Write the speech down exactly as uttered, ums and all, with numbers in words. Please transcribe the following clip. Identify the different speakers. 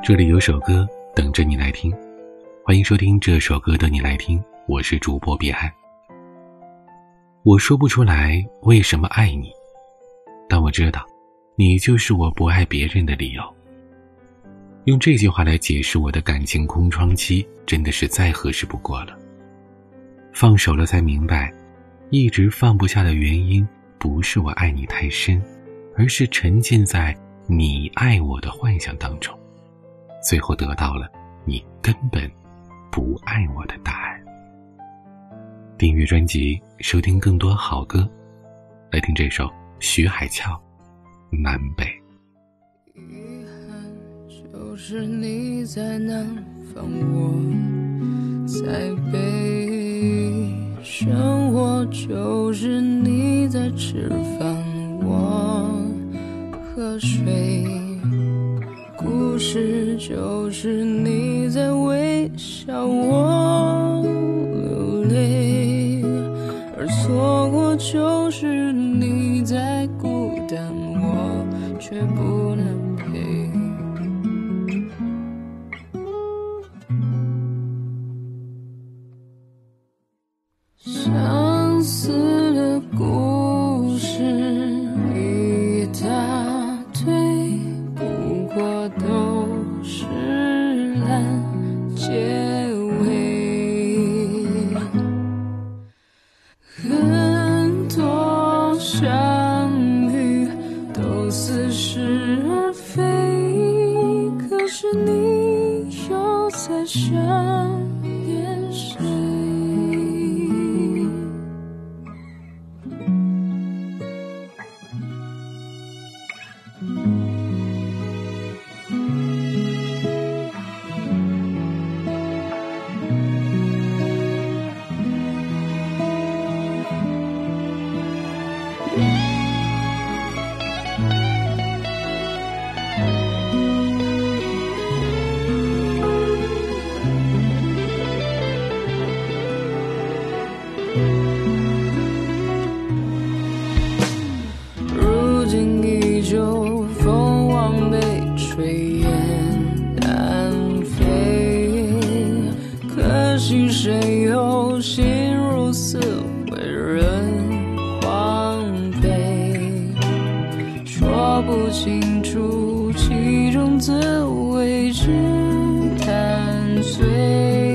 Speaker 1: 这里有首歌等着你来听，欢迎收听这首歌等你来听，我是主播彼岸。我说不出来为什么爱你，但我知道你就是我不爱别人的理由。用这句话来解释我的感情空窗期，真的是再合适不过了。放手了才明白，一直放不下的原因不是我爱你太深，而是沉浸在你爱我的幻想当中，最后得到了你根本不爱我的答案。订阅专辑，收听更多好歌，来听这首徐海俏《南北》。
Speaker 2: 遗憾就是你在南方，我在北，生活就是你在吃饭，我喝水，故事就是你在微笑，我流泪，而错过就是你在孤单，我却不能陪。相似的故事一大堆，不过都是烂结尾，很多相遇都似是而非，可是你又在想念谁？如今依旧风往北吹，雁南飞，可惜谁又心如死灰，人荒废，说不清楚其中滋味，只贪醉。